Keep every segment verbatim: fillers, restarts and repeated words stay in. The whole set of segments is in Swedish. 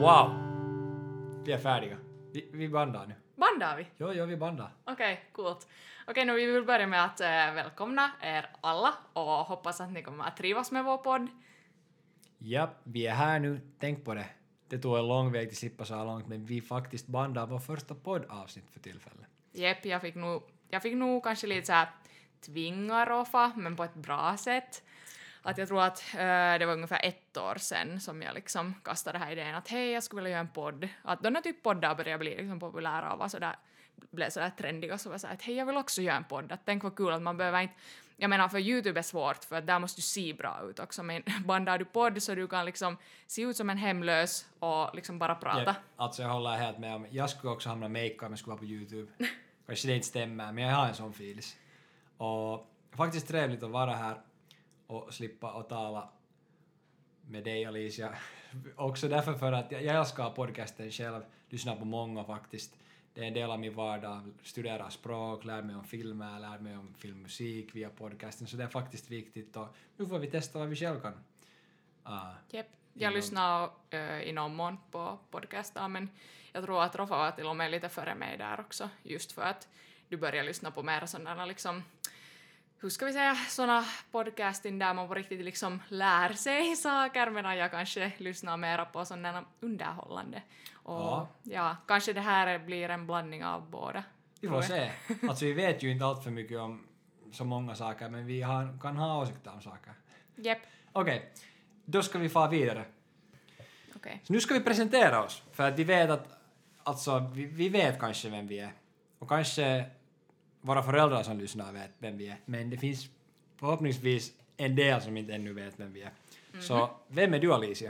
Wow! Vi är färdiga. Vi, vi bandar nu. Bandar vi? Jo, jo, vi bandar. Okej, okay, coolt. Okej, okay, nu vi vill börja med att äh, välkomna er alla och hoppas att ni kommer att trivas med vår podd. Ja, vi är här nu. Tänk på det. Det tog en lång väg till slippa så här långt, men vi faktiskt bandar vår första poddavsnitt för tillfället. Jepp, jag fick nog, jag fick nog kanske lite så här tvinga Roffa, men på ett bra sätt. Att jag tror att äh, det var ungefär ett år sedan som jag liksom kastade här idén att hej, jag skulle vilja göra en podd. Att de här typ poddar började bli liksom populära och var sådär, blev sådär trendiga och så var så att hej, jag vill också göra en podd. Att tänk vad kul att man behöver inte, jag menar för YouTube är svårt för att där måste du se bra ut också, men bandar du podd så du kan liksom se ut som en hemlös och liksom bara prata. Yep. Alltså jag håller helt med om, jag skulle också hamna make om jag skulle vara på YouTube. Kanske det inte stämmer, men jag har en sån filis. Och faktiskt trevligt att vara här och slippa att tala med dig, Alicia. Också därför för att jag, jag älskar podcasten själv, lyssnar på många faktiskt. Det är en del av min vardag, studerar språk, lär mig om filmer, lär mig om filmmusik via podcasten, så det är faktiskt viktigt och nu får vi testa vad vi själv kan. Uh, Jepp, jag lyssnar uh, i någon mån på podcastar, men jag tror att Roffa var till och med lite före mig där också, just för att du börjar lyssna på mer sådana liksom, hur ska vi säga, sådana podcasting där man på riktigt liksom lär sig saker, medan jag kanske lyssnar mera på sådana underhållande. Och ja. ja, kanske det här blir en blandning av båda. Vi får se. Alltså vi vet ju inte allt för mycket om så många saker, men vi har, kan ha åsikter om saker. Japp. Okej, okay. Då ska vi få vidare. Okej. Okay. Så nu ska vi presentera oss, för att vi vet att, alltså vi, vi vet kanske vem vi är. Och kanske våra föräldrar som lyssnar vet vem vi är, men det finns förhoppningsvis en del som inte ännu vet vem vi är. Mm-hmm. Så vem är du, Alicia?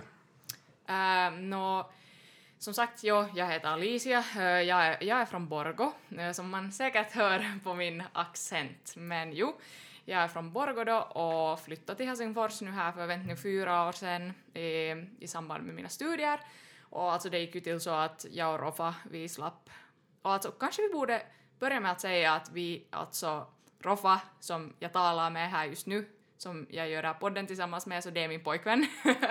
Uh, no, som sagt, jo, jag heter Alicia. Uh, jag, är, jag är från Borgå, uh, som man säkert hör på min accent. Men jo, jag är från Borgå då och flyttade till Helsingfors nu här för nu fyra år sedan i, i samband med mina studier. Och alltså det gick ju till så att jag och Roffa, vi slapp. Och alltså kanske vi borde börja med att säga att vi, alltså Roffa, som jag talar med här just nu, som jag gör här podden tillsammans med, så det är min pojkvän.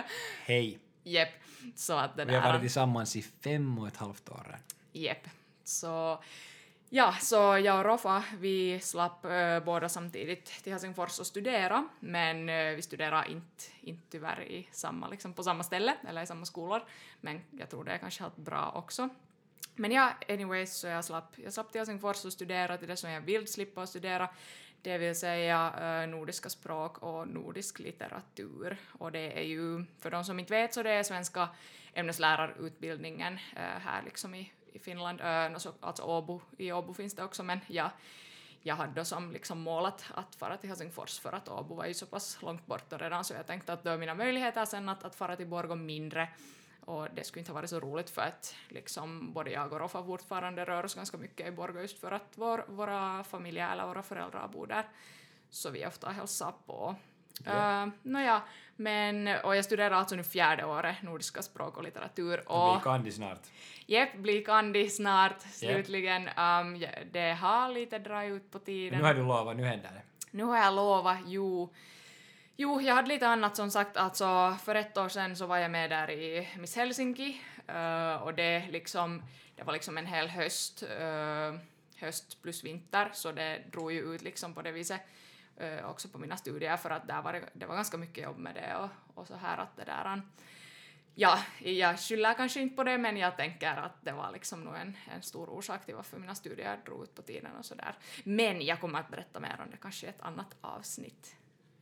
Hej. Jepp. Så att det vi har varit tillsammans i fem och ett halvt år. Jepp. Så, ja, så jag och Roffa, vi slapp äh, båda samtidigt till Helsingfors och studera, men äh, vi studerar inte, inte tyvärr i samma, liksom, på samma ställe, eller i samma skolor, men jag tror det är kanske helt bra också. Men ja, anyways, så jag slapp, jag slapp till Helsingfors och studera till det som jag vill slippa att studera, det vill säga uh, nordiska språk och nordisk litteratur. Och det är ju, för de som inte vet, så det är svenska ämneslärarutbildningen uh, här liksom i, i Finland. Uh, alltså, alltså Åbo, i Åbo finns det också, men ja, jag hade som liksom målat att fara till Helsingfors för att Åbo var ju så pass långt borta redan, så jag tänkte att då är mina möjligheter sen att, att fara till Borgå mindre. Och det skulle inte ha varit så roligt för att liksom både jag och Roffa fortfarande rör oss ganska mycket i Borgå just för att vår, våra familjer eller våra föräldrar bor där. Så vi ofta hälsar på. Yeah. Uh, Nåja, men, och jag studerar alltså nu fjärde året nordiska språk och litteratur. Och blir kandi snart. Jepp, blir kandi snart, slutligen. Yep. Um, ja, det har lite dragit ut på tiden. Nu har du lovat, nu händer det. Nu har jag lovat, jo. Jo, jag hade lite annat som sagt, alltså för ett år sedan så var jag med där i Miss Helsinki uh, och det liksom, det var liksom en hel höst, uh, höst plus vinter, så det drog ju ut liksom på det viset uh, också på mina studier, för att där var det, det var ganska mycket jobb med det och, och så här att det där, ja, jag skyller kanske inte på det, men jag tänker att det var liksom nog en, en stor orsak till varför mina studier drog ut på tiden och sådär. Men jag kommer att berätta mer om det kanske i ett annat avsnitt.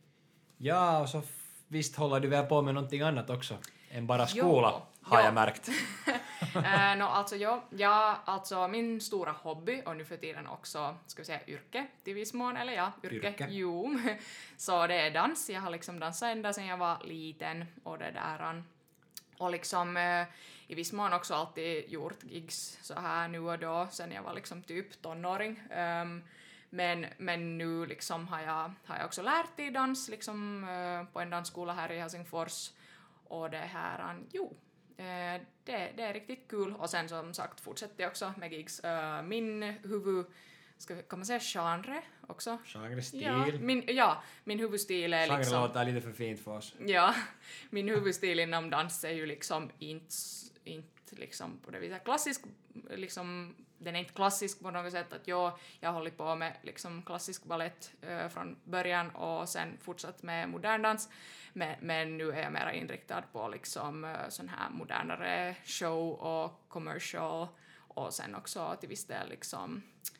Ja, och så visst håller du väl på med någonting annat också än bara skola, jo, har jo. jag märkt. uh, no, alltså, jo, ja, alltså min stora hobby, och nu för tiden också, ska vi säga, yrke till viss mån, eller ja, yrke, yrke. jo. Så det är dans, jag har liksom dansat ända sedan jag var liten, och det där, och liksom uh, i viss mån också alltid gjort gigs så här nu och då, sen jag var liksom typ tonåring. Um, Men, men nu liksom har, jag, har jag också lärt i dans liksom, uh, på en dansskola här i Helsingfors. Och det här, jo, uh, det, det är riktigt kul. Och sen som sagt fortsätter jag också med gigs. Uh, min huvud, ska, kan man säga genre också? Genre-stil. Ja, min, ja, min huvudstil är genre liksom... Genre låter lite för fint för oss. Ja, min huvudstil inom dans är ju liksom inte, inte inte liksom på det viset klassisk, liksom, den är inte klassisk på något sätt, att jag, jag håller på med liksom klassisk ballett äh, från början och sen fortsatt med modern dans, men, men nu är jag mer inriktad på liksom äh, sån här modernare show och commercial och sen också till viss del liksom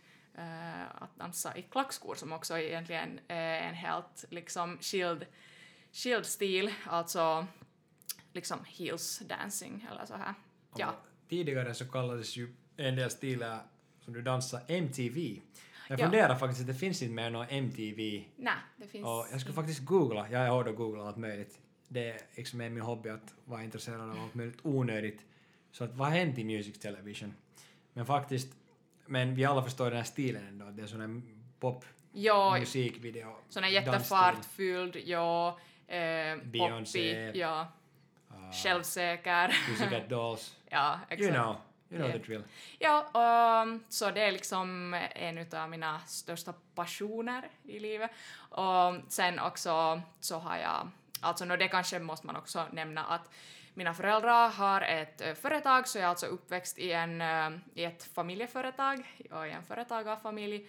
äh, att dansa i klackskor som också egentligen är en helt liksom skild, skild stil, alltså liksom heels dancing eller så här. Ja. Tidigare så kallades ju en del stilar som du dansar M T V. Jag Ja. funderar faktiskt att det finns inte mer någon M T V. Nej, det finns... Och jag skulle faktiskt googla, jag är hård att googla allt möjligt. Det är liksom min hobby att vara intresserad av allt möjligt onödigt. Så att vad har hänt i music television? Men faktiskt, men vi alla förstår den här stilen ändå, det är sån här pop, ja, musikvideo, sån här dansstil. jättefartfylld, ja, eh, Beyoncé. poppig, ja, Uh, självsäker. Pussycat Dolls. Ja, exakt. You know, you know Yeah. the drill. Ja, och, så det är liksom en av mina största passioner i livet. Och sen också så har jag, alltså no, det kanske måste man också nämna att mina föräldrar har ett uh, företag, så jag är alltså uppväxt i, en, uh, i ett familjeföretag och i en företagarfamilj.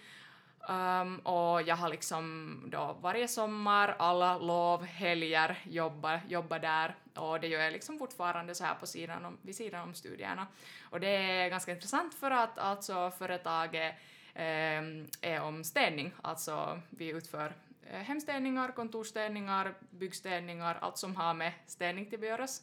Um, och jag har liksom då varje sommar, alla lov, helger jobba, jobba där, och det gör jag liksom fortfarande så här på sidan om, vid sidan om studierna. Och det är ganska intressant för att alltså företaget eh, är om städning, alltså vi utför eh, hemstädningar, kontorstädningar, byggstädningar, allt som har med städning till att göras.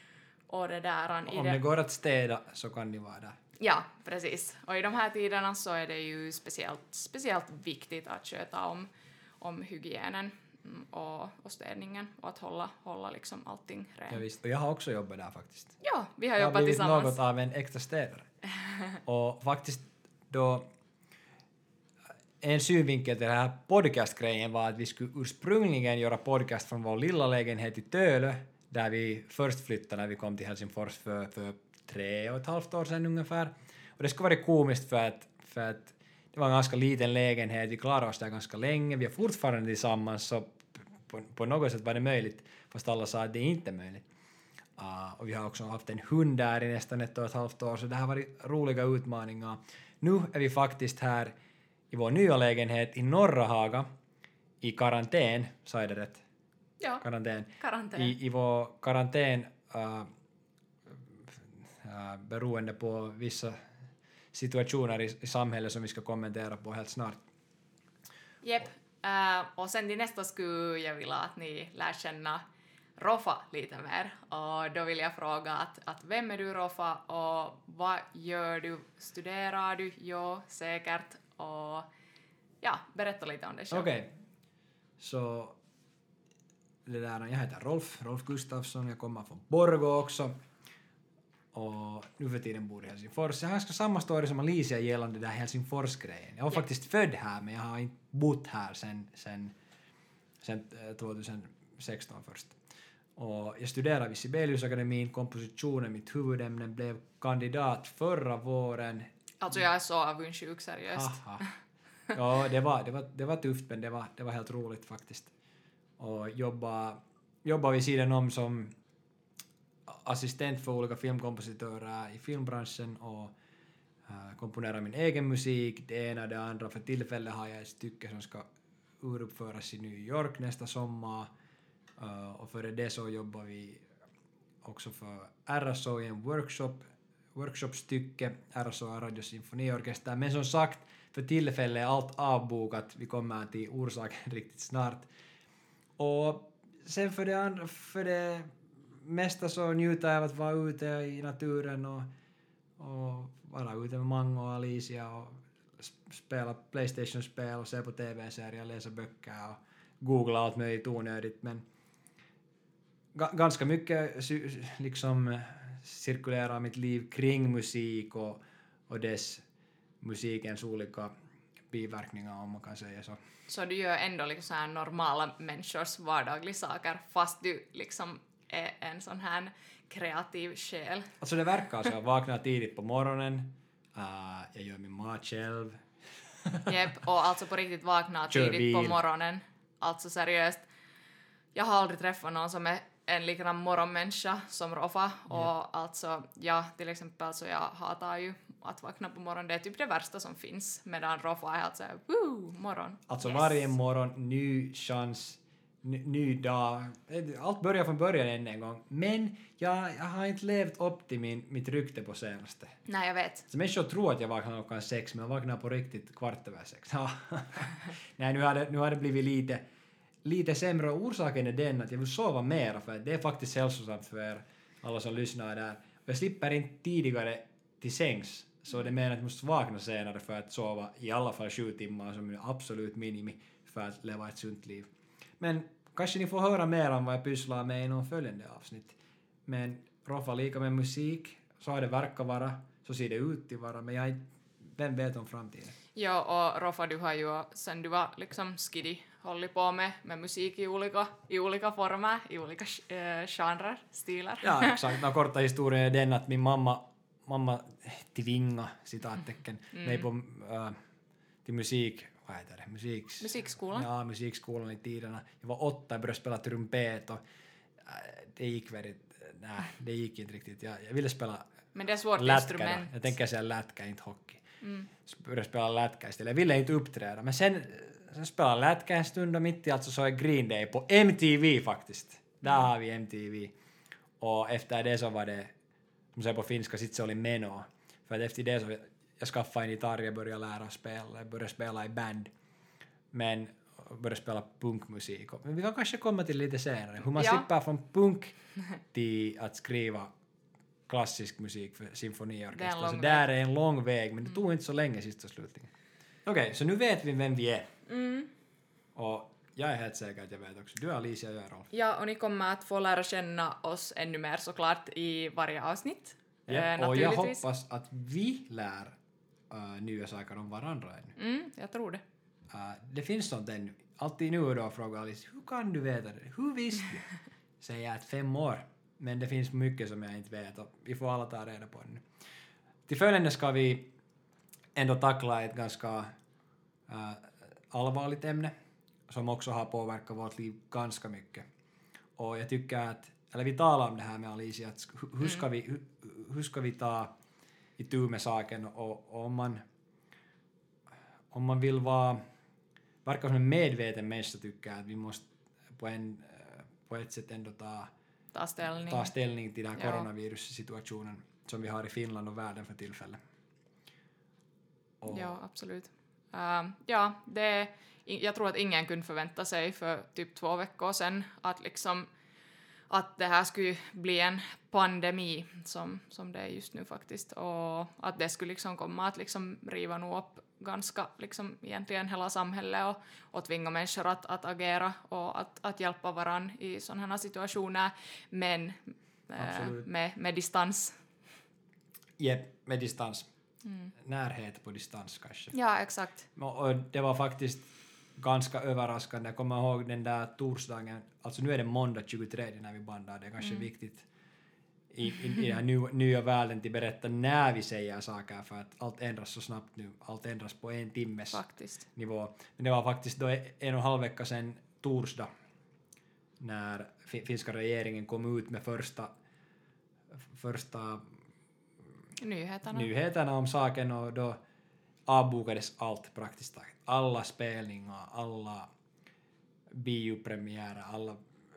Och det där, i Om det, det går att städa så kan ni vara där. Ja, precis. Och i de här tiderna så är det ju speciellt, speciellt viktigt att sköta om, om hygienen och, och städningen och att hålla, hålla liksom allting rent. Ja, visst. Och jag har också jobbat där faktiskt. Ja, vi har Jag har jobbat blivit tillsammans. något av en äkta städare. Och faktiskt då en synvinkel till den här podcastgrejen var att vi skulle ursprungligen göra podcast från vår lilla lägenhet i Tölö, där vi först flyttade när vi kom till Helsingfors för, för tre och ett halvt år sedan ungefär. Och det skulle vara komiskt för att, för att det var en ganska liten lägenhet, vi klarade oss där ganska länge, vi är fortfarande tillsammans, så på, på något sätt var det möjligt, fast alla sa att det inte är möjligt. Uh, och vi har också haft en hund där i nästan ett och ett halvt år, så det har varit roliga utmaningar. Nu är vi faktiskt här i vår nya lägenhet i Norra Haga, i karantän, sa jag det rätt? Ja, Karantän. karantän. I, i vår karantän, uh, uh, beroende på vissa situationer i, i samhället som vi ska kommentera på helt snart. Jep. Uh, och sen till nästa skulle jag vilja att ni lär känna Rofa lite mer. Och då vill jag fråga att, att vem är du, Rofa, och vad gör du? Studerar du? Ja, säkert. Och ja, berätta lite om det själv. Okej, okay. Så det där, jag heter Rolf, Rolf Gustafsson, jag kommer från Borgå också. Och nu för tiden bor i Helsingfors. Jag har ganska samma story som Alicia gällande den där Helsingfors-grejen. Jag var Ja. faktiskt född här, men jag har inte bott här sen, sen, sen tjugohundrasexton först. Och jag studerade vid Sibeliusakademin, komposition är mitt huvudämne, blev kandidat förra våren. Alltså jag är så avundsjuk, seriöst. Aha. Ja, det var, det, var, det var tufft, men det var, det var helt roligt faktiskt. Och jobba, jobba vid sidan om som assistent för olika filmkompositörer i filmbranschen och uh, komponera min egen musik, det ena och det andra. För tillfället har jag ett stycke som ska uruppföras i New York nästa sommar. Uh, och före det så jobbar vi också för R S O i en workshop, workshopstycke, R S O är Radio Symfoniorkester. Men som sagt, för tillfället är allt avbokat. Vi kommer till orsaken riktigt snart. Och sen för det, andra, för det mesta så njuter jag av att vara ute i naturen och, och vara ute med Mango och Alicia och spela PlayStation-spel och se på T V-serier, läsa böcker och googla allt möjligt onödigt. Men ga- ganska mycket sy- liksom cirkulerar mitt liv kring musik och, och dess musikens olika biverkningar, om man kan säga så. Så du gör ändå liksom så här normala människors vardagliga saker, fast du liksom är en sån här kreativ själ. Alltså det verkar så. Jag vaknar tidigt på morgonen, uh, jag gör min mat själv. Jep, och alltså på riktigt vakna Kör tidigt på bil. morgonen. Alltså seriöst. Jag har aldrig träffat någon som är en likadan morgonmänniska som Rofa och yeah. alltså ja, till exempel så jag hatar ju att vakna på morgonen, det är typ det värsta som finns, medan Rofa är helt såhär woo, morgon. Alltså yes. varje morgon, ny chans, ny, ny dag, allt börjar från början än en gång, men jag, jag har inte levt upp till min, mitt rykte på senaste. Nej, jag vet. Så människor tror att jag vaknar klockan sex, men jag vaknar på riktigt kvart över sex. Nej, nu har det, nu har det blivit lite lite sämre, och orsaken är den att jag vill sova mer, för det är faktiskt hälsosamt för er, alla som lyssnar där. Och jag slipper inte tidigare till sängs, så det menar att jag måste vakna senare för att sova i alla fall sju timmar som är absolut minimi för att leva ett sunt liv. Men kanske ni får höra mer om vad jag pysslar med i någon följande avsnitt. Men Rofa lika med musik, så har det verkar vara, så ser det ut till vara, men jag, vem vet om framtiden. Ja, och Rofa, du har ju sen du var liksom skiddy hållit på med, med musik i olika, i olika former, i olika äh, genrer, stilar. Ja, exakt. Den korta historien är den att min mamma, mamma tvinga, citattecken, mm. mig på äh, till musik, vad heter det? Musiks, musikskolan? Ja, musikskolan i tiderna. Jag var åtta, jag började spela trumpet och äh, det gick väldigt, nej, det gick inte riktigt. Jag, jag ville spela men det är svårt lätka instrument. Då. Jag tänker säga lätka, inte hockey. Mm. Jag började spela lätka istället. Jag ville inte uppträda, men sen Sen spelade lätka en stund och mitt i allt så såg jag Green Day på M T V faktiskt. Där har vi M T V. Och efter det så var det, som säger på finska, sitt så oli meno. För att efter det så jag skaffade en gitarr och började lära spela. Jag började spela i band. Men började spela punkmusik. Men vi kan kanske komma till lite senare. Hur man ja. slipper från punk till att skriva klassisk musik för symfoniorkester. Så där är en lång väg, men det tog inte så länge sist och slutligen. Okej, okay, så nu vet vi vem vi är. Mm. Och jag är helt säker att jag vet också. Du är Alicia och jag är Rolf. Ja, och ni kommer att få lära känna oss ännu mer såklart i varje avsnitt. Ja, äh, och jag hoppas att vi lär uh, nya saker om varandra ännu. Mm, jag tror det. Uh, det finns sånt ännu. Alltid nu och då frågar Alice, hur kan du veta det? Hur visste du? Säger jag att fem år. Men det finns mycket som jag inte vet och vi får alla ta reda på det nu. Till följande ska vi ändå tackla ett ganska uh, allvarligt ämne som också har påverkat vårt liv ganska mycket. Och jag tycker att, eller vi talar om det här med Alicia, att hur ska vi, hur, hur ska vi ta itu med saken och, och om man om man vill vara verka som en medveten människa tycker jag att vi måste på, en, på ett sätt ändå ta, ta, ställning. ta ställning till den här coronavirussituationen som vi har i Finland och världen för tillfället. Och ja, absolut. Uh, ja, det, jag tror att ingen kunde förvänta sig för typ två veckor sedan att, liksom, att det här skulle bli en pandemi som, som det är just nu faktiskt. Och att det skulle liksom komma att liksom riva nog upp ganska liksom, egentligen hela samhället och, och tvinga människor att, att agera och att, att hjälpa varandra i sådana här situationer, men äh, med, med distans. Jep, med distans. Mm. Närhet på distans kanske. Ja, exakt. Och det var faktiskt ganska överraskande. Jag kommer ihåg den där torsdagen, alltså nu är det måndag tjugotredje när vi bandar, det är kanske mm. viktigt i, i, i den här nya, nya världen till berätta när vi säger saker för att allt ändras så snabbt nu, allt ändras på en timmes faktiskt. Nivå. Men det var faktiskt då en och en halv vecka sedan torsdag när finska regeringen kom ut med första första Nyheterna. nyheterna om saken och då avbokades allt praktiskt taget. Alla spelningar, alla biopremiärer, alla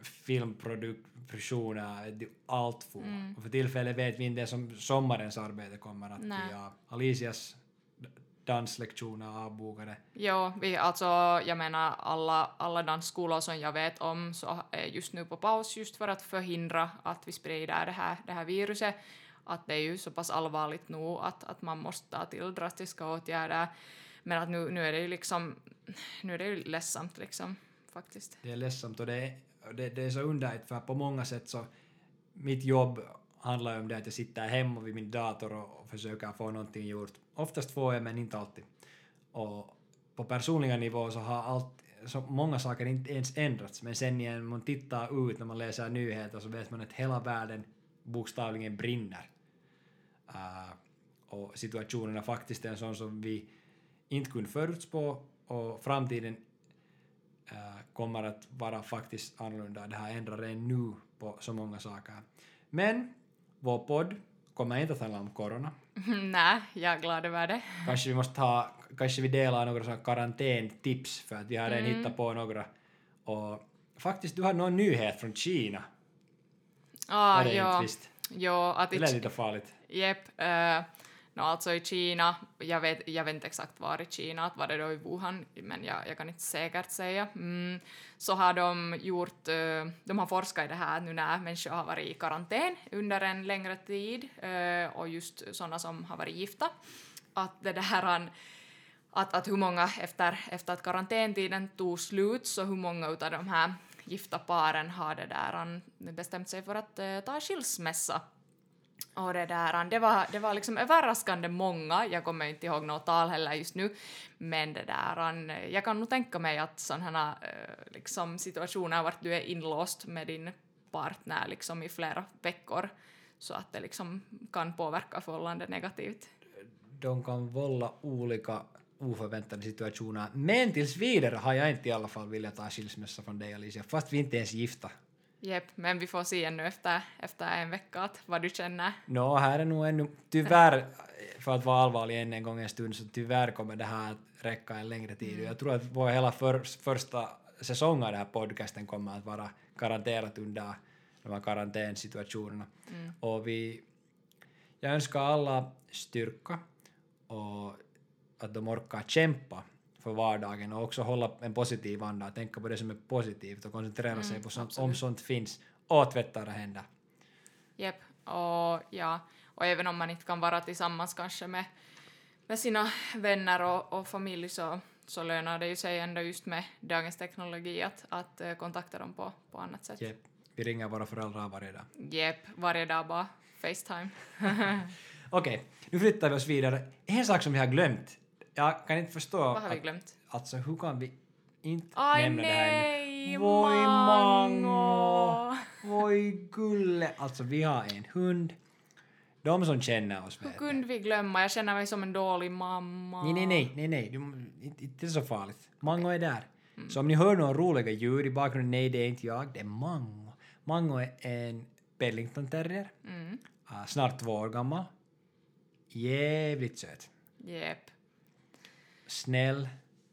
filmproduktioner, allt får. Mm. Och för tillfället vet vi inte som sommarens arbete kommer att bli av. Alicias danslektioner avbokade. Jo, vi, alltså jag menar alla, alla dansskolor som jag vet om så är just nu på paus just för att förhindra att vi sprider det här, det här viruset. Att det är ju så pass allvarligt nu att, att man måste ta till drastiska åtgärder. Men att nu, nu är det ju liksom, nu är det ju ledsamt liksom, faktiskt. Det är ledsamt och det är, det, det är så underligt för på många sätt så mitt jobb handlar ju om det att jag sitter hemma vid min dator och, och försöker få någonting gjort. Oftast får jag, men inte alltid. Och på personliga nivå så har allt, så många saker inte ens ändrats. Men sen när man tittar ut när man läser nyheter så vet man att hela världen bokstavligen brinner. Uh, och situationen är faktiskt en sån som vi inte kunde förutspå och framtiden äh, kommer att vara faktiskt annorlunda. Det här ändrar redan nu på så många saker. Men vår podd kommer inte att handla om corona. Nej, jag är glad över det. Kanske vi måste ha, kanske vi delar några sådana karantäntips för att vi har redan mm. hittat på några. Och faktiskt, du har någon nyhet från Kina. Ah, det ja. Inte visst. Jo, att det lät lite farligt. Jep. Uh, no, alltså i Kina, jag vet, jag vet inte exakt var i Kina, att var det då i Wuhan, men jag, jag kan inte säkert säga. Mm, så har de gjort, uh, de har forskat i det här nu när människor har varit i karantän under en längre tid, uh, och just sådana som har varit gifta. Att det där att, att hur många efter, efter att karantäntiden tog slut, så hur många av de här gifta paren har det där bestämt sig för att uh, ta skilsmässa. Och det där, det var, det var liksom överraskande många, jag kommer inte ihåg något tal heller just nu, men det där, jag kan nog tänka mig att sådana liksom, situationer vart du är inlåst med din partner liksom, i flera veckor, så att det liksom kan påverka förhållandet negativt. De kan vålla olika oförväntade situationer, men tills vidare har jag inte i alla fall velat ta skilsmässa från dig, Alicia, fast vi inte ens är gifta. Jep, men vi får se ännu efter, efter en vecka att vad du känner. Nå, no, här är nog ännu, tyvärr, för att vara allvarlig än en gång en stund, så tyvärr kommer det här att räcka en längre tid. Mm. Jag tror att vår hela för, första säsong av den här podcasten kommer att vara garanterat under de här karantänsituationerna. Mm. Och vi, jag önskar alla styrka och att de orkar kämpa för vardagen och också hålla en positiv anda, tänka på det som är positivt och koncentrera mm, sig på sånt, om sånt finns, och tvätta era händer. Jep, och ja, och även om man inte kan vara tillsammans kanske med, med sina vänner och, och familj, så, så lönar det ju sig ändå just med dagens teknologi att, att uh, kontakta dem på, på annat sätt. Jep, vi ringer våra föräldrar varje dag. Jep, varje dag bara FaceTime. Okej, okay, nu flyttar vi oss vidare. En sak som jag har glömt. Jag kan inte förstå. Vad har vi att, glömt? Alltså, hur kan vi inte Aj, nämna nej, det här nu? Voi mango! Voi gulle! Alltså, vi har en hund. De som känner oss Hur vet kunde vi glömma? Jag känner mig som en dålig mamma. Nej, nej, nej, nej, nej. Du, inte, inte så farligt. Mango är där. Mm. Så om ni hör några roliga ljud i bakgrunden, nej, det är inte jag, det är Mango. Mango är en Bellington terrier. Mm. Uh, snart två år gammal. Jävligt söt. Jep. Snäll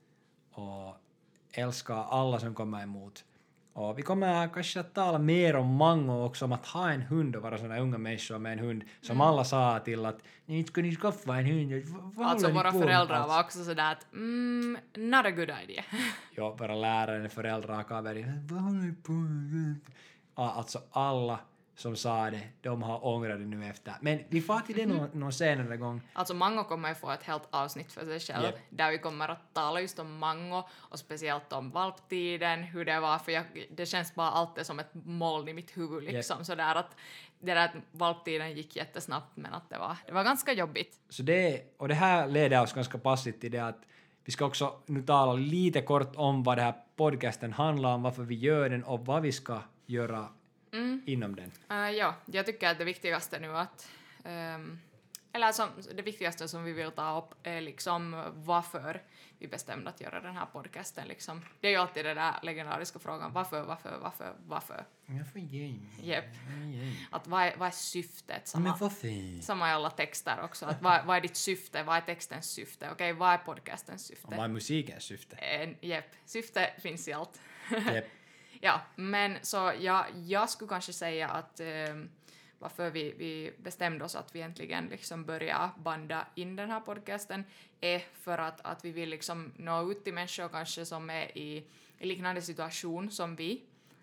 och älskar alla som kommer emot. Och vi kommer kanske att tala mer om Mango också, om att ha en hund och vara sådana unga människor med en hund som mm. alla sa till att ni ska ni skaffa en hund. Vad alltså våra föräldrar alltså. Var också sådär att mm, not a good idea. Ja, våra lärare, föräldrar, kaverin. Vad håller ni på med? Alltså alla som sa det, de har ångrat det nu efter. Men vi får till det mm-hmm. någon, någon senare gång. Alltså Mango kommer ju få ett helt avsnitt för sig själv, yep. där vi kommer att tala just om Mango och speciellt om valptiden, hur det var, för jag, det känns bara alltid som ett moln i mitt huvud liksom, yep. sådär att det där valptiden gick jättesnabbt, men att det var, det var ganska jobbigt. Så det, och det här leder oss ganska passivt till det att vi ska också nu tala lite kort om vad det här podcasten handlar om, varför vi gör den och vad vi ska göra Mm. inom den. Uh, ja, jag tycker att det viktigaste nu att um, eller som, det viktigaste som vi vill ta upp är liksom varför vi bestämde att göra den här podcasten liksom. Det är ju alltid den där legendariska frågan varför, varför, varför, varför. Varför igen? Japp. Att vad är, vad är syftet? Samma, men varför? Samma i alla texter också. Att vad, vad är ditt syfte? Vad är textens syfte? Okej, okay, vad är podcastens syfte? Och vad är musikens syfte? En, japp, syfte finns i allt. Japp. Ja, men så ja, jag skulle kanske säga att eh, varför vi, vi bestämde oss att vi äntligen liksom börjar banda in den här podcasten är för att, att vi vill liksom nå ut till människor kanske som är i, i liknande situation som vi.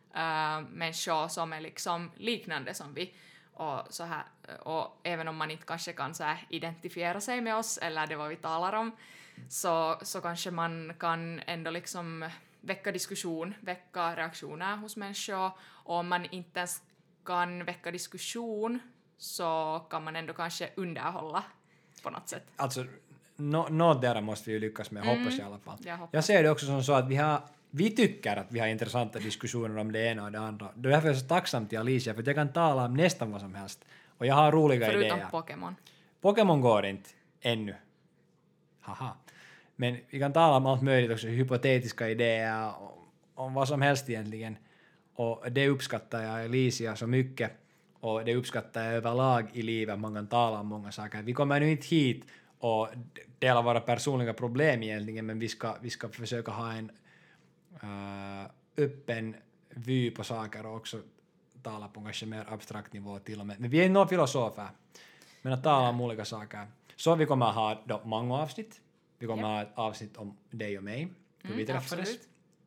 Uh, människor som är liksom liknande som vi. Och, så här, och även om man inte kanske kan så här identifiera sig med oss eller det vad vi talar om, så, så kanske man kan ändå liksom väcka diskussion, väcka reaktioner hos människor. Och om man inte ens kan väcka diskussion så kan man ändå kanske underhålla på något sätt. Alltså, no, något där måste vi ju lyckas med, mm. hoppas i alla fall. Jag, hoppas. Jag ser det också som så att vi har vi tycker att vi har intressanta diskussioner om det ena och det andra. Därför är jag så tacksam till Alicia, för att jag kan tala om nästan vad som helst. Och jag har roliga Förutom idéer. Förutom Pokémon. Pokémon går inte ännu. Haha. Men vi kan tala om allt möjligt också, hypotetiska idéer om vad som helst egentligen. Och det uppskattar jag Alicia så mycket. Och det uppskattar jag överlag i livet. Man kan tala om många saker. Vi kommer nu inte hit och dela våra personliga problem egentligen, men vi ska, vi ska försöka ha en uh, öppen vy på saker och också tala på kanske mer abstrakt nivå till och med. Men vi är inte några filosofer. Men att tala om olika saker. Så vi kommer ha då många avsnitt. Vi kommer yep. ha ett avsnitt om dig och mig. Hur mm, vi träffades. Absolut.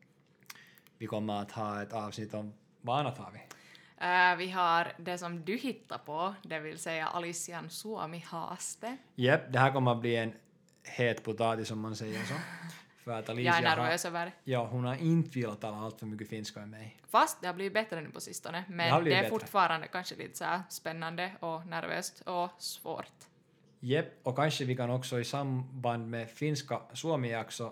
Vi kommer att ha ett avsnitt om, vad annat har vi? Uh, vi har det som du hittar på, det vill säga Alician Suomi-haaste. Jep, det här kommer att bli en het potatis som man säger så. För att Alicia jag är nervös över det. Ja, hon har inte velat tala allt för mycket finska med mig. Fast det har blivit bättre nu på sistone. Men det, det är bättre. Fortfarande kanske lite så här spännande och nervöst och svårt. Jep, och kanske vi kan också i samband med finska Suomi-jakso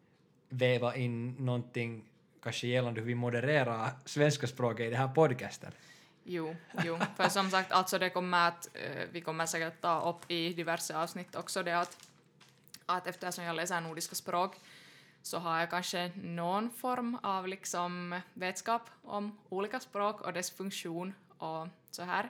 väva in någonting kanske gällande hur vi modererar svenska språket i det här podcasten. Jo, jo. För som sagt, alltså det kommer att, uh, vi kommer säkert ta upp i diverse avsnitt också det att, att eftersom jag läser nordiska språk så har jag kanske någon form av liksom vetskap om olika språk och dess funktion och så här.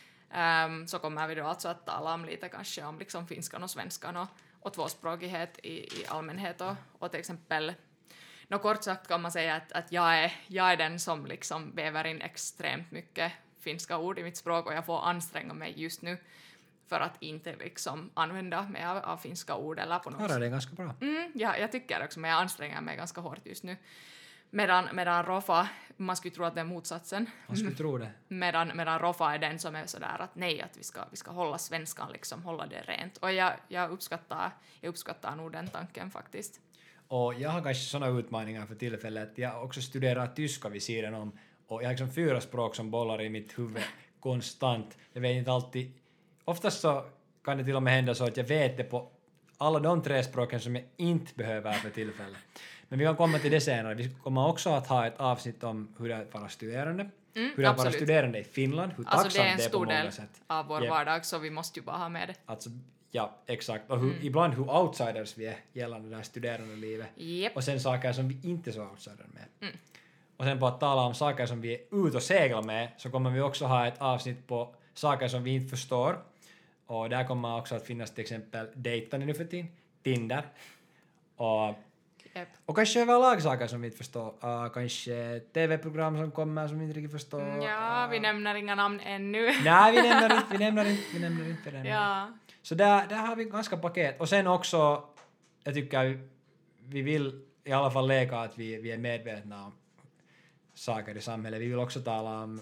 Um, så kommer vi då alltså att tala om lite kanske om liksom finskan och svenskan och, och tvåspråkighet i, i allmänhet och, och till exempel nå kort sagt kan man säga att, att jag, är, jag är den som liksom väver in extremt mycket finska ord i mitt språk och jag får anstränga mig just nu för att inte liksom använda mig av, av finska ord eller på något sätt. Ja, det är ganska bra. Mm, ja, jag tycker också, men jag anstränger mig ganska hårt just nu. Medan, medan Rofa, man skulle tro att det är motsatsen. Man skulle tro det. Medan, medan Rofa är den som är sådär att nej, att vi ska, vi ska hålla svenskan, liksom hålla det rent. Och jag, jag, uppskattar, jag uppskattar nog den tanken faktiskt. Och jag har kanske sådana utmaningar för tillfället. Jag också studerar tyska vid sidan om. Och jag har liksom fyra språk som bollar i mitt huvud konstant. Jag vet inte alltid. Oftast så kan det till och med hända så att jag vet det på alla de tre språken som jag inte behöver för tillfället. Men vi kan komma till det senare. Vi kommer också att ha ett avsnitt om hur det är att vara studerande. Mm, hur det är att vara studerande i Finland. Hur alltså det är en det är stor på många del sätt. av vår yep. vardag så vi måste ju bara ha med det. Alltså, ja, exakt. Och hur, mm. ibland hur outsiders vi är gällande det här studerande livet. Yep. Och sen saker som vi inte är så outsiders med. Mm. Och sen på att tala om saker som vi är ute och seglar med så kommer vi också ha ett avsnitt på saker som vi inte förstår. Och där kommer också att finnas till exempel dejtande nu för tiden, Tinder. Och, yep. och kanske överlag saker som vi inte förstår. Uh, kanske tv-program som kommer som vi inte riktigt förstår. Ja, uh, vi nämner inga namn ännu. Nej, vi nämner inte, vi nämner inte, vi nämner inte för den. Ja. Så där, där har vi ganska paket. Och sen också, jag tycker vi, vi vill i alla fall leka att vi, vi är medvetna om saker i samhället. Vi vill också tala om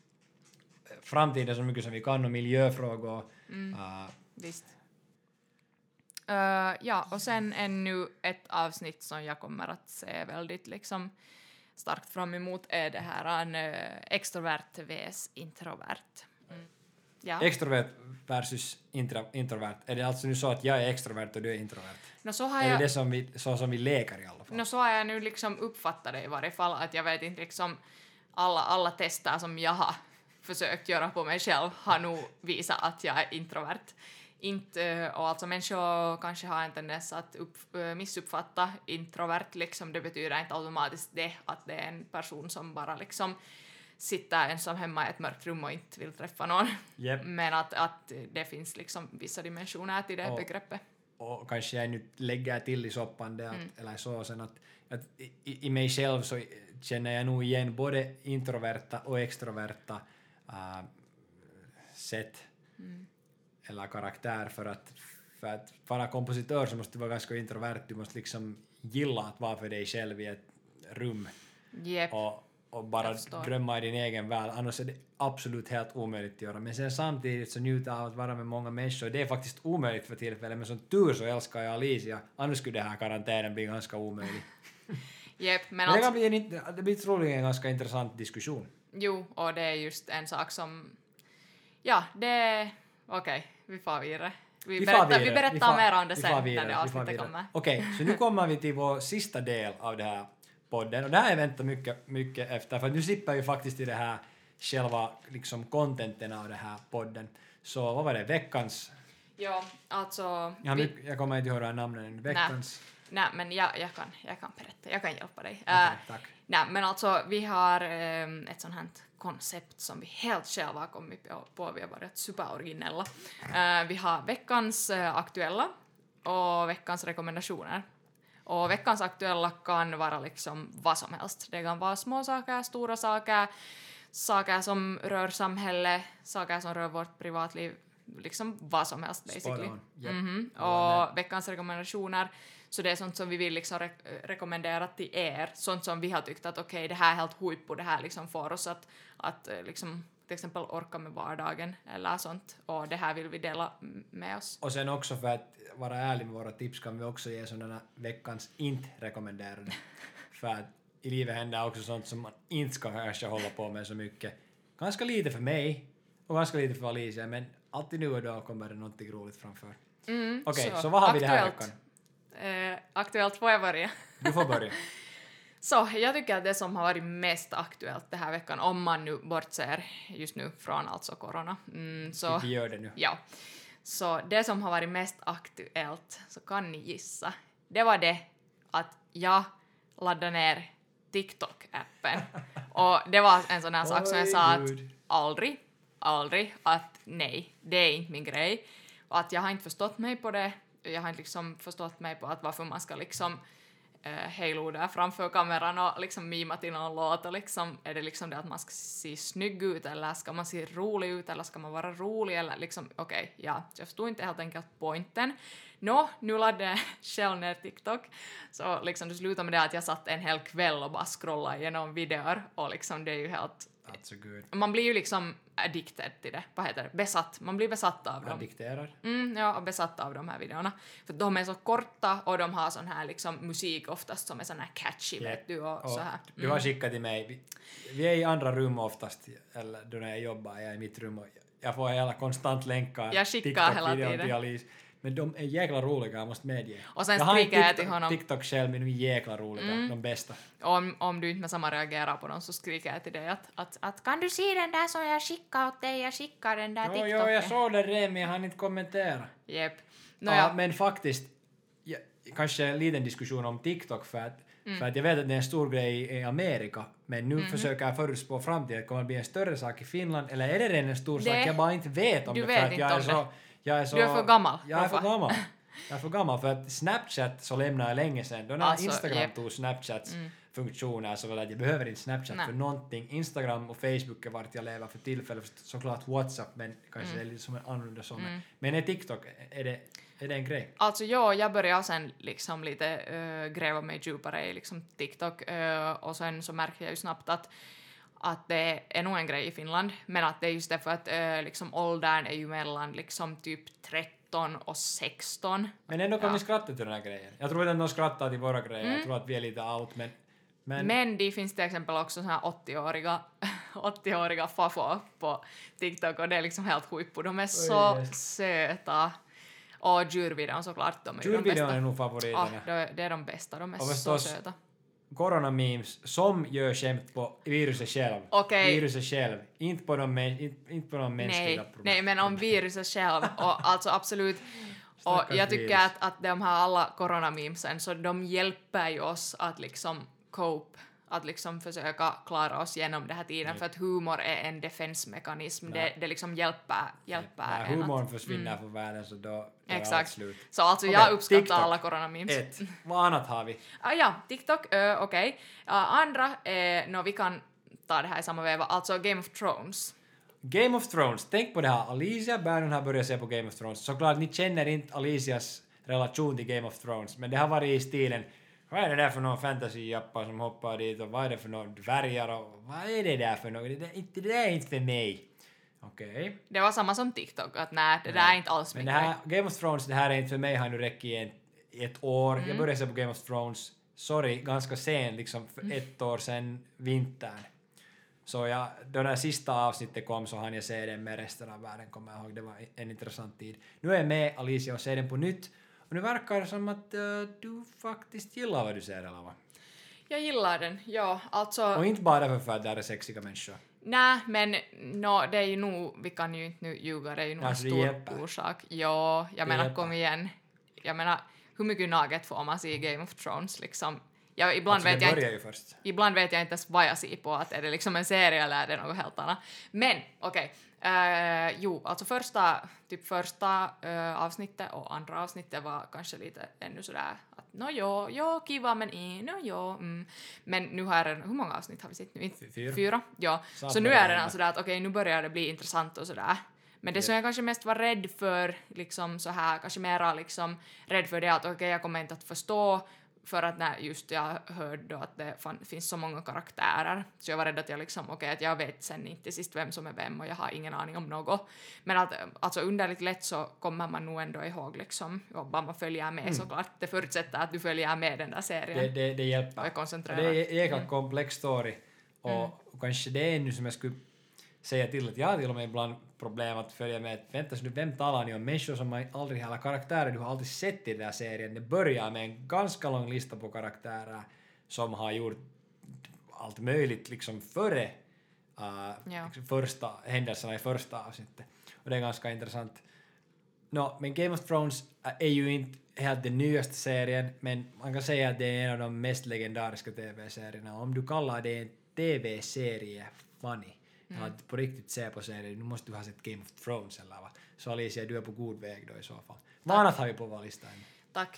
framtiden så mycket som vi kan och miljöfrågor. Mm. Uh, Visst. Uh, ja, och sen ännu ett avsnitt som jag kommer att se väldigt liksom starkt fram emot är det här en uh, extrovert vs introvert. Mm. Ja. Extrovert versus intro, introvert. Är det alltså nu så att jag är extrovert och du är introvert? No, så har är jag, det det som vi, så som vi leker i alla fall? No, så har jag nu liksom uppfattat det i varje fall att jag vet inte liksom alla, alla tester som jag har försökt göra på mig själv har nog visat att jag är introvert. Inte, och alltså människor kanske har en tendens att upp, missuppfatta introvert, liksom det betyder inte automatiskt det att det är en person som bara liksom sitter ensam hemma i ett mörkt rum och inte vill träffa någon. Yep. Men att, att det finns liksom vissa dimensioner till det och, begreppet. Och kanske jag nu lägger till i soppan det att, mm. eller så sen att, att i, i mig själv så känner jag nog igen både introverta och extroverta uh, sätt mm. eller karaktär för att för att vara kompositör så måste du vara ganska introvert, du måste liksom gilla att vara för dig själv i ett rum yep. och, och bara drömma i din egen värld, annars är det absolut helt omöjligt att göra. Men sen samtidigt så njuta av att vara med många människor, det är faktiskt omöjligt för tillfället, men som tur så älskar jag Alicia, annars skulle det här karantänen bli ganska omöjlig. Yep, men men alltså, det, kan bli en, det blir troligen en ganska intressant diskussion. Jo, och det är just en sak som ja, det okej, okay, vi får vidare. Vi, vi berättar, vi berättar vi far, mer om det sen när det avsnittet kommer. Okej, okay, så nu kommer vi till vår sista del av det här podden. Och det här är väntat mycket, mycket efter, för nu slipper vi faktiskt i det här själva liksom contenten av det här podden. Så vad var det? Veckans? Ja, alltså... Jag, vi, jag kommer inte höra namnen än. Veckans... nej men jag, jag, kan, jag kan berätta, jag kan hjälpa dig. Okay, uh, tack. Nej men alltså vi har um, ett sånt här koncept som vi helt själva har kommit på, på. Vi har varit superoriginella. Uh, vi har veckans uh, aktuella och veckans rekommendationer. Och veckans aktuella kan vara liksom vad som helst. Det kan vara små saker, stora saker, saker som rör samhället, saker som rör vårt privatliv, liksom vad som helst basically. Yep. Mm-hmm. Och veckans rekommendationer, så det är sånt som vi vill liksom re- rekommendera till er, sånt som vi har tyckt att okej, okay, det här är helt huippu, det här liksom får oss att, att liksom till exempel orka med vardagen eller sånt, och det här vill vi dela med oss. Och sen också för att vara ärlig med våra tips kan vi också ge sådana veckans inte rekommenderade. För att i livet händer också sånt som man inte ska kanske hålla på med så mycket. Ganska lite för mig och ganska lite för Alicia, men alltid nu och då kommer det något roligt framför. Mm, Okej, okay, så, så vad har aktuellt. vi den här veckan? Eh, aktuellt får jag börja. Du får börja. Så jag tycker att det som har varit mest aktuellt den här veckan, om man nu bortser just nu från alltså corona. Mm, så, vi gör det nu. Ja. Så det som har varit mest aktuellt, så kan ni gissa, det var det att jag laddade ner TikTok-appen. Och det var en sån här sak som jag sa att aldrig, aldrig, att nej, det är inte min grej. Och att jag har inte förstått mig på det. Jag har inte liksom förstått mig på att varför man ska liksom eh, hejlo där framför kameran och liksom mima till någon låt. Och liksom, är det liksom det att man ska se snygg ut, eller ska man se rolig ut, eller ska man vara rolig, eller liksom, okej, okay, ja, jag förstod inte helt enkelt pointen. Nå, nu laddade jag själv ner TikTok, så liksom det slutade med det att jag satt en hel kväll och bara scrollade igenom videor, och liksom det är ju helt... That's good. Man blir ju liksom addicted till det, vad heter det? Besatt, man blir besatt av dem. Addikterar. Mm, ja, och besatt av de här videorna. För de är så korta, och de har sån här liksom musik oftast som är sån här catchy, yeah. vet du, och, och så här. Mm. Du har skickat till mig, vi, vi är i andra rum oftast, eller då när jag jobbar, jag är i mitt rum och jag får hela konstant länkar. Jag skickar hela tiden. Till Alice. Men de är jäkla roliga, jag måste medge. Och sen skriker jag till honom. TikTok själv, men de är jäkla roliga, mm. de bästa. Om, om du inte med samma reagerar på dem, så skriker jag till dig att, att, att kan du se den där som jag skickar åt dig? Jag skickar den där jo, TikToken. Jo, jag såg den redan, men jag hann inte kommentera. Jep. No, ja, men faktiskt, ja, kanske en liten diskussion om TikTok, för att, mm. för att jag vet att det är en stor grej i Amerika, men nu mm. försöker jag förutspå framtiden att kommer det bli en större sak i Finland, eller är det redan en stor det, sak? Jag bara inte vet om du det. Vet för att inte jag är om så, det. Jag är så, du är för gammal. Jag är för gammal. Jag är för gammal, för att Snapchat så lämnade jag länge sedan. Då när alltså, Instagram yep. tog Snapchats mm. funktioner, så var det att jag behöver inte Snapchat Nej. för någonting. Instagram och Facebook är vart jag lever för tillfället. Såklart WhatsApp, men kanske mm. det är lite som en annorlunda som. Mm. Men är TikTok, är det, är det en grej? Alltså ja, jag började sen liksom lite uh, gräva mig djupare i liksom TikTok, uh, och sen så märker jag ju snabbt att att det är nog en grej i Finland, men att det är just därför att uh, liksom åldern är ju mellan liksom typ tretton och sexton. Men ändå kan ja. vi skratta till den här grejen. Jag tror inte att de skrattar till våra grejer. Mm. Jag tror att vi är lite out, men... Men, men det finns till exempel också såna här åttio-åriga, åttio-åriga fafo på TikTok, och det är liksom helt huippu. De är så Oj, söta. Och djurvideon såklart, de är ju de bästa. Djurvideon är nog favoriterna. Ja, det är de bästa. De är så söta. Corona-memes som gör skämt på viruset själv. Okay. Viruset själv. Inte på de, inte, inte på de mänskliga nej, nej, men om viruset själv. Och alltså absolut. Och jag tycker att, att de här alla coronamemesen, så de hjälper ju oss att liksom cope, att liksom försöka klara oss genom den här tiden, nej. för att humor är en defensmekanism. Det, det liksom hjälper, hjälper nej, en. När humorn att, försvinner mm. från världen, så då, då Exakt. är allt slut. Så alltså okay, jag uppskattar TikTok. alla coronamemes. Ett. Vad annat har vi? Ah, ja, TikTok, uh, okej. Okay. Uh, andra, eh, no, vi kan ta det här i samma veva, alltså Game of Thrones. Game of Thrones, tänk på det här. Alicia Bärnen har börjat se på Game of Thrones. Såklart, ni känner inte Alicias relation till Game of Thrones, men det har varit i stilen, vad är det där för någon fantasy-jappa som hoppar dit, och vad är det för någon dvärgar, och vad är det där för något? Det, det, det där är inte för mig. Okej. Okay. Det var samma som TikTok, att nej, det nej. där är inte alls men det här, Game of Thrones, det här är inte för mig, har nu räckt i ett, ett år. Mm. Jag började se på Game of Thrones, sorry, ganska sen, liksom för mm. ett år sedan, vintern. Så jag, då när sista avsnittet kom så hann jag se den med resten av världen, kommer jag ihåg. Det var en intressant tid. Nu är jag med Alicia och ser den på nytt. Och nu verkar det som att uh, du faktiskt gillar vad du ser, eller vad? Jag gillar den, ja. Alltså... Och inte bara för att det är sexiga människor. Nej, men no, det är ju nog, vi kan ju inte nu ljuga, det är ju nog alltså, en stor orsak. Ja, jag menar, kom igen. Jag menar, hur mycket naget får man se i Game of Thrones liksom. Jag, ibland, alltså, vet det jag börjar inte, ju först. ibland vet jag inte ens vad jag ser på, att är det liksom en serie eller är det något helt annat. Men okej, okay. uh, jo, alltså första, typ första uh, avsnittet och andra avsnittet var kanske lite ännu sådär att no jo, jo, kiva men i, no jo, mm. Men nu har den, hur många avsnitt har vi sett nu? Fyra. Fyra, ja. Så, så nu är den sådär att okej, okay, nu börjar det bli intressant och sådär. Men det som jag kanske mest var rädd för, liksom så här, kanske mera liksom rädd för det att okej, okay, jag kommer inte att förstå för att när just jag hörde då att det fann, finns så många karaktärer, så jag var rädd att jag liksom, okej, okay, att jag vet sen inte till sist vem som är vem och jag har ingen aning om något. Men att alltså underligt lätt så kommer man nog ändå ihåg liksom, och bara man följer med mm. såklart. Det förutsätter att du följer med den där serien. Det, det, det hjälper. Och är koncentrerad. Det är en mm. komplex story. Och, mm. och kanske det är nu som jag skulle säga till att jag har till och med ibland problem att följa med. Vänta nu, vem talar ni om? Människor som man aldrig, alla karaktärer du har aldrig sett i den där serien. Det börjar med en ganska lång lista på karaktärer som har gjort allt möjligt liksom före uh, ja. liksom första händelserna i första avsnittet. Och det är ganska intressant. No, men Game of Thrones är ju inte helt den nyaste serien, men man kan säga att det är en av de mest legendariska tv-serierna. Om du kallar det en tv-serie funny, mm. att på riktigt se på serien, nu måste du ha sett Game of Thrones eller vad. Så Alicia, du är på god väg då i så fall. Vad annat har vi på vår lista? Tack.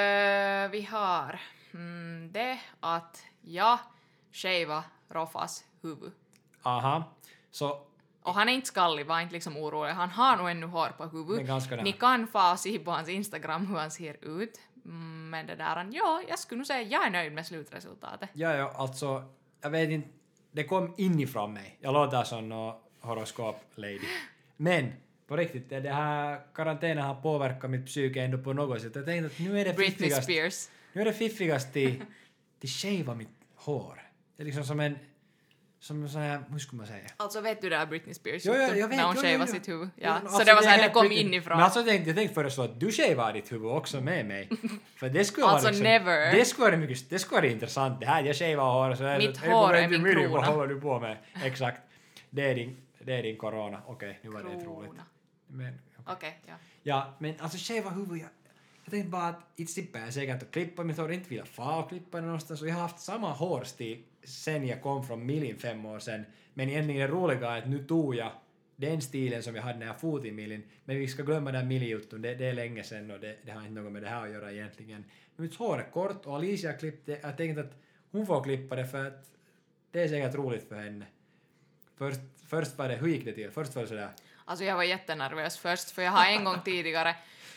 Uh, vi har mm, det att jag shava Rofas huvud. Aha. Så och han är inte skallig, var inte liksom orolig. Han har nog ännu hår på huvudet. Ni kan få se på hans Instagram hur han ser ut. Men det där, ja, jag skulle nog säga jag är nöjd med slutresultatet. Ja, ja, alltså, jag vet inte, det kom inifrån mig. Jag låter som någon horoskop-lady. Men på riktigt, det här karantänen har påverkat mitt psyke ändå på något sätt. Jag tänkte att nu är det Britney fiffigast, Spears. nu är det fiffigast till, till shava mitt hår. Det är liksom som en som sån här, hur skulle man säga? Alltså vet du det här Britney Spears jo, jo, jag vet, när hon jo, shavar jo, jo. sitt huvud? Ja. Ja, så alltså, det var så här, det det kom Britney, inifrån. Men alltså jag tänkte, jag tänkte föreslå att du shavar ditt huvud också med mig. För det skulle alltså vara liksom, never. Det skulle vara mycket, det skulle vara intressant. Det här, jag shavar hår. Så mitt är, hår är, är min min krona. Vad håller du på med? Exakt. Det är din, det är din corona. Okej, okay, nu var det roligt. Okej, okay. okay, ja. Ja, men alltså shava huvud, jag, jag tänkte bara att inte slipper jag säkert att klippa mitt hår, inte vill jag få och klippa det någonstans. Och jag har haft samma hårstil sen jag kom från Milin fem år sedan. Men egentligen det roliga är att nu tog jag den stilen som jag hade när jag fot i Milin. Men vi ska glömma den Milin-jutton, det, det är länge sedan och det, det har inte något med det här att göra egentligen. Men mitt hår är kort och Alicia klippte, jag tänkte att hon får klippa det för att det är säkert roligt för henne. Först, först var det, hur gick det till? Först var det sådär. Alltså jag var jättenervös först för jag har en gång tidigare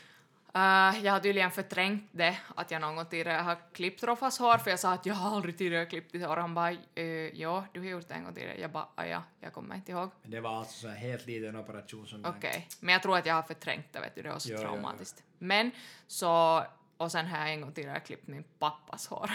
Uh, jag har tydligen förträngt det att jag någon gång tidigare har klippt Rofas hår för jag sa att jag har aldrig tidigare klippt ditt hår och han bara uh, ja, du har gjort det en gång tidigare. Jag bara ah, ja, jag kommer inte ihåg. Men det var alltså så en helt liten operation som okej, okay. Men jag tror att jag har förträngt det, vet du, det var så jo, traumatiskt. Jo, jo. Men så, och sen har jag en gång tidigare klippt min pappas hår.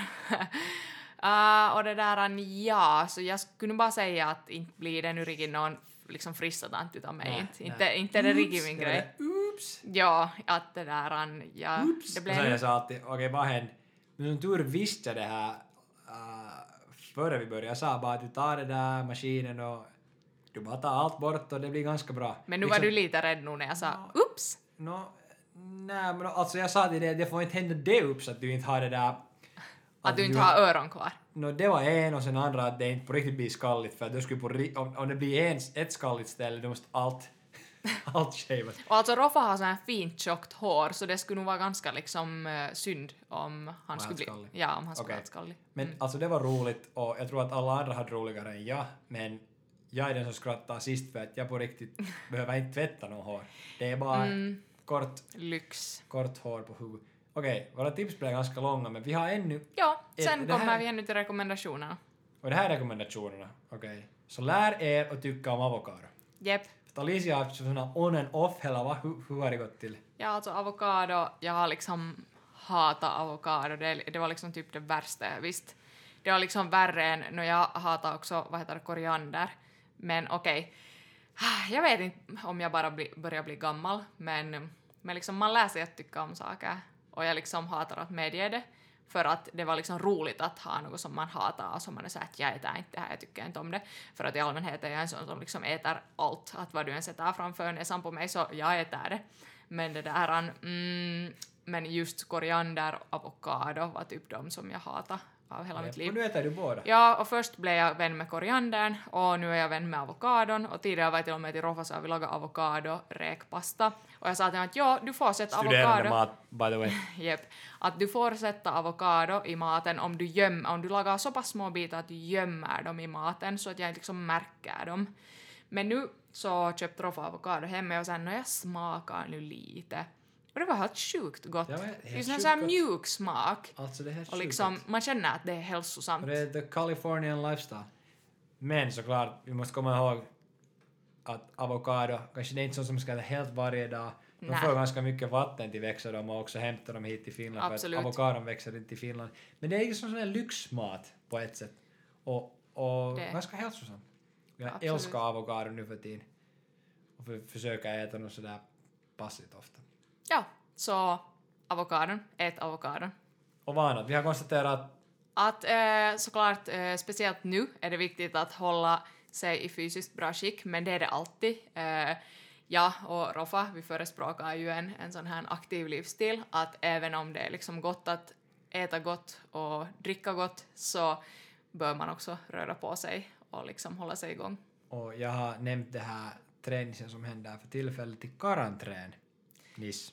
uh, och det där, ja, så jag skulle bara säga att inte blir det nu riktigt någon liksom frissatant utav mig. Nej, inte, inte, inte är det riktigt min grej. Oops. Ja, att det där, ja. Oops. Det blev och så jag sa alltid, okej, okay, vad hände? Men som tur visste jag det här uh, före vi började. Jag sa bara att du tar det där maskinen och du bara tar allt bort och det blir ganska bra. Men nu liksom, var du lite rädd nu när jag sa, no, ups! No, nej, men alltså jag sa till dig, det får inte hända det ups att du inte har det där. Att, att du inte har öron kvar. No, det var en och sen andra att det inte på riktigt blir skalligt för att du skulle på, om, om det blir en, ett skalligt ställe då måste allt allt shavat. Och alltså Roffa har så här fint tjockt hår så det skulle nog vara ganska liksom uh, synd om han skulle bli skallig. Ja, om han skulle okay. vara skallig. Men mm. alltså det var roligt och jag tror att alla andra hade roligare än jag, men jag är den som skrattar sist för att jag på riktigt behöver inte tvätta någon hår. Det är bara mm. kort lyx. Kort hår på huvudet. Okej, okay, våra tips blir ganska långa men vi har ännu... Ja, sen ett, kommer här, vi ännu till rekommendationerna. Och det här är rekommendationerna, okej. Okay. Så lär er att tycka om avokado. Jep. Alicia har haft sådana on and off hela, va? Hur, hur har det gått till? Ja, alltså avokado, jag har liksom hatat avokado. Det, det var liksom typ det värsta, visst. Det var liksom värre än, när jag hatar också, vad heter det, koriander. Men okej, okay. Jag vet inte om jag bara bli, börjar bli gammal, men, men liksom man lär sig att tycka om saker. Och jag liksom hatar att medge det. För att det var liksom roligt att ha något som man hatar och som man är så att jag äter inte det här, jag tycker inte om det. För att i allmänhet är jag en sån som liksom äter allt. Att vad du än sätter framför näsan på mig så jag äter det. Men det där, mm, men just koriander och avokado var typ de som jag hatar av hela Ja, mitt liv. och nu äter du båda. Ja, och först blev jag vän med koriandern och nu är jag vän med avokadon och tidigare var jag till och med till Roffa så vi lagade avokado räkpasta och jag sa till honom att ja, du får sätta Studerande avokado. mat, by the way. Jep, att du får sätta avokado i maten om du gömmer, om du lagar så pass små bitar att du gömmer dem i maten så att jag inte liksom märker dem. Men nu så köpte Roffa avokado hemma och sen när jag smakar nu lite och det var helt sjukt gott. Det var Det är helt sån sjukt här gott. mjuk smak. Alltså det är helt Och liksom, sjukt. man känner att det är hälsosamt. Och det är the Californian lifestyle. Men såklart, vi måste komma ihåg att avokado, kanske det är inte så som man ska äta helt varje dag. De Nej. får ganska mycket vatten till växa dem och också hämta dem hit till Finland Absolut. för att avokadon växer inte i Finland. Men det är ju som sån här lyxmat på ett sätt. Och, och Det. ganska hälsosam. Jag Absolut. älskar avokado nu för tiden. Och för, försöka äta något sådär passligt ofta. Ja, så avokadon, ät avokadon. Och vad annat? Vi har konstaterat att Att eh, såklart, eh, speciellt nu är det viktigt att hålla sig i fysiskt bra skick, men det är det alltid. Eh, jag och Roffa, vi förespråkar ju en, en sån här aktiv livsstil, att även om det är liksom gott att äta gott och dricka gott så bör man också röra på sig och liksom hålla sig igång. och jag har nämnt det här träningen som händer för tillfället i karantän. Niss.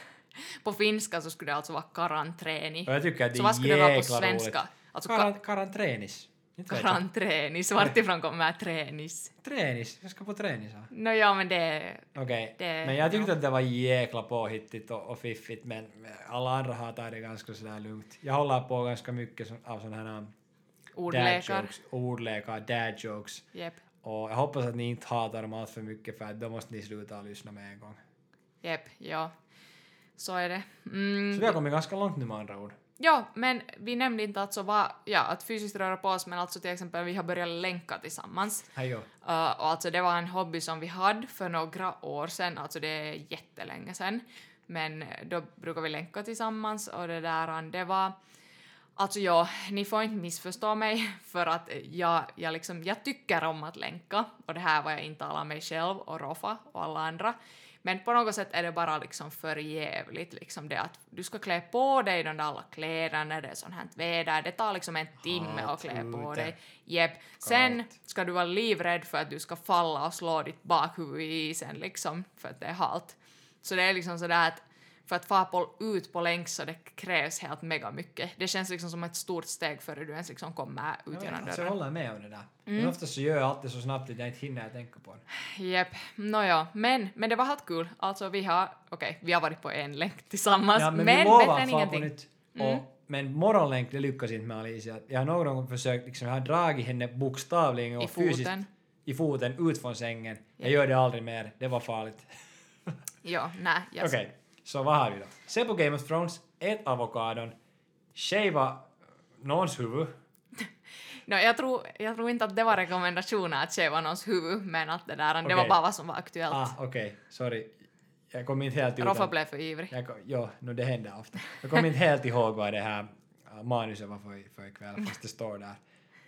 På finska så skulle det alltså vara karanträni. Och jag tycker att det Så vad är skulle det vara på jäkla svenska? roligt. Alltså Karan, ka- karantränis. Inte vet jag. karantränis, vartifrån kommer tränis? Tränis. Jag ska på tränis. här. No ja, men det är... Okej. Det- Men jag tyckte ja. att det var jäkla påhittigt och, och fiffigt men alla andra har tagit det ganska sådär lugnt. Jag håller på ganska mycket som, av sådana här dad Ordlekar. jokes, ordlekar, dad jokes. Jep, Och jag hoppas att ni inte hatar dem allt för mycket för att då måste ni sluta lyssna med en gång. jep, ja. Så är det. Mm, Så vi har kommit ganska långt nu med andra ord. ja, men vi nämnde inte alltså vad, ja, att fysiskt röra på oss, men alltså till exempel vi har börjat länka tillsammans. Hej jo. Uh, och alltså det var en hobby som vi hade för några år sedan, alltså det är jättelänge sedan. Men då brukar vi länka tillsammans och det där, det var... Alltså ja, ni får inte missförstå mig för att jag, jag, liksom, jag tycker om att länka och det här var jag intalar mig själv och Roffa och alla andra. Men på något sätt är det bara liksom för jävligt liksom det att du ska klä på dig de där alla kläderna när det är sånt här väder. Det tar liksom en timme att klä på ute. dig. Jep. Sen Kallt. ska du vara livrädd för att du ska falla och slå ditt bakhuvud i isen liksom för att det är halt. Så det är liksom sådär att för att få på, ut på länk så det krävs helt mega mycket. Det känns liksom som ett stort steg före du ens liksom kommer ut Jag, vet, genom alltså, jag dörren. håller med om det där. Mm. Men ofta så gör jag alltid så snabbt att jag inte hinner tänka på det. Jep, nåja. Men, men det var helt kul. Alltså vi har, okej, vi har varit på en länk tillsammans. Ja, men, men vi bättre lovar än att få på ingenting. nytt. Mm. Och, men morgonlänk, det lyckas inte med Alicia. Jag har någon gång försökt, liksom, jag har dragit henne bokstavligen och I fysiskt foten. i foten ut från sängen. Jag Ja. gör det aldrig mer, det var farligt. Ja, nej. Yes. Okej, så vad har vi då? Se på Game of Thrones, ät avokadon, shava någons huvud. No, jag, tror, jag tror inte att det var rekommendationer att shava någons huvud, men att det där, det Okej. var bara vad som var aktuellt. Ah, okej, sorry. Jag kommer inte helt Roffa utan... blev för ivrig. Jag, kom- jo, no, det händer ofta. Jag kommer inte helt ihåg vad det här äh, manuset var för, för ikväll, fast det står där.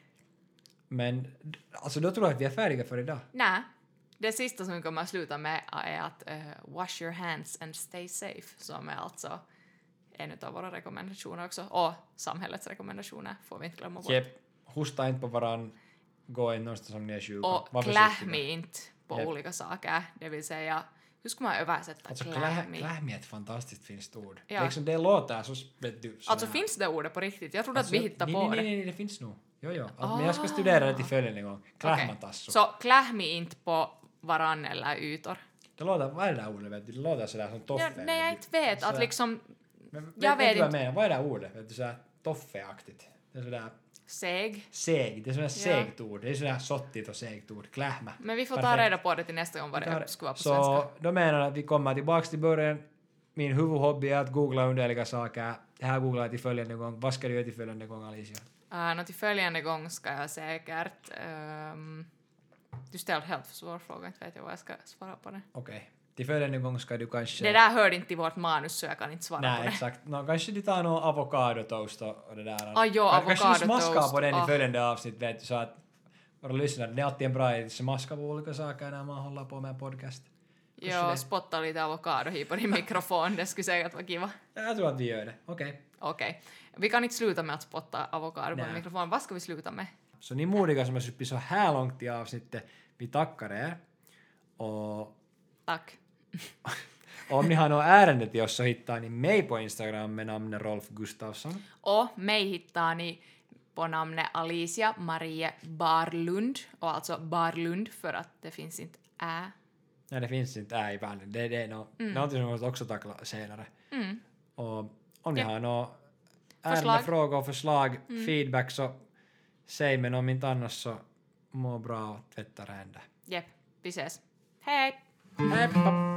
Men d- alltså då tror jag att vi är färdiga för idag. Nej, det sista som vi kommer att sluta med är att uh, wash your hands and stay safe, som är alltså en av våra rekommendationer också. Och samhällets rekommendationer får vi inte glömma bort. Jep, hosta inte på varann, gå in någonstans om ni är sjuka. Och Var kläm försiktiga. inte på Jep. olika saker, det vill säga, hur ska man översätta Alltså kläm klä, i? kläm är ett fantastiskt fint ord. Ja. Liksom det låter så vet du. Alltså sådär- finns det ordet på riktigt? Jag trodde Alltså, att vi hittade nej, på nej, det. nej, nej, det finns nog. Jo, jo. Att, Ah. Men jag ska studera det till följande gång. Okej. Klämmatassu. Så kläm inte på varann eller ytor. Det låter, vad är det där ordet? Vet du? Det låter sådär som toffe. Ja, nej, jag inte vet. Att Sådär. liksom Men, jag vet du vad jag inte. menar? Vad är det där ordet? Vet du, sådär toffeaktigt. Det är sådär seg. seg. Det är sådär segt ord. Det är sådär sottigt och segt ord. Klähmä. Men vi får ta Perfekt. reda på det till nästa gång vad det Där- ska vara på så svenska. då menar jag att vi kommer tillbaks till början. Min huvudhobby är att googla underliga saker. Det här googlar jag till följande gång. Vad ska du göra till följande gång, Alicia? Uh, nå till följande gång ska jag säkert... Um, du ställde helt för svår fråga, inte vet jag vad jag ska svara på det. Okej. Till följande gång ska du kanske... Det där hörde inte i vårt manus så jag kan inte svara på Nej, det. exakt. No, kanske du tar någon avokadotoast och, och det där. Ah, jo, Kanske du avokadotoast. smaskar på den Ah. i följande avsnitt, vet du, så att våra lyssnare, det är alltid en bra idé att smaska på olika saker när man håller på med en podcast. Jo, spotta lite avokado hit på din mikrofon, det skulle säkert vara kiva. Jag tror att vi gör det, okej. Okay. Okej. Okay. Vi kan inte sluta med att spotta avokado på din mikrofon. Vad ska vi sluta med? Så ni modiga som har suttit så här långt i avsnittet, vi tackar er. Och... Tack. Och om ni har något ärende till oss så hittar ni mig på Instagram med namnet Rolf Gustafsson. Och mig hittar ni på namnet Alicia Marie Barlund. Och alltså Barlund för att det finns inte ä. Nej, det finns inte ä i världen. Det, det är no, mm. något som vi måste också tackla senare. Mm. Och om ni ja. har några ärende, frågor och förslag, mm. feedback så säg, men om inte annars så må bra och tvätta händer. Jep, vi ses. Hej! Hej!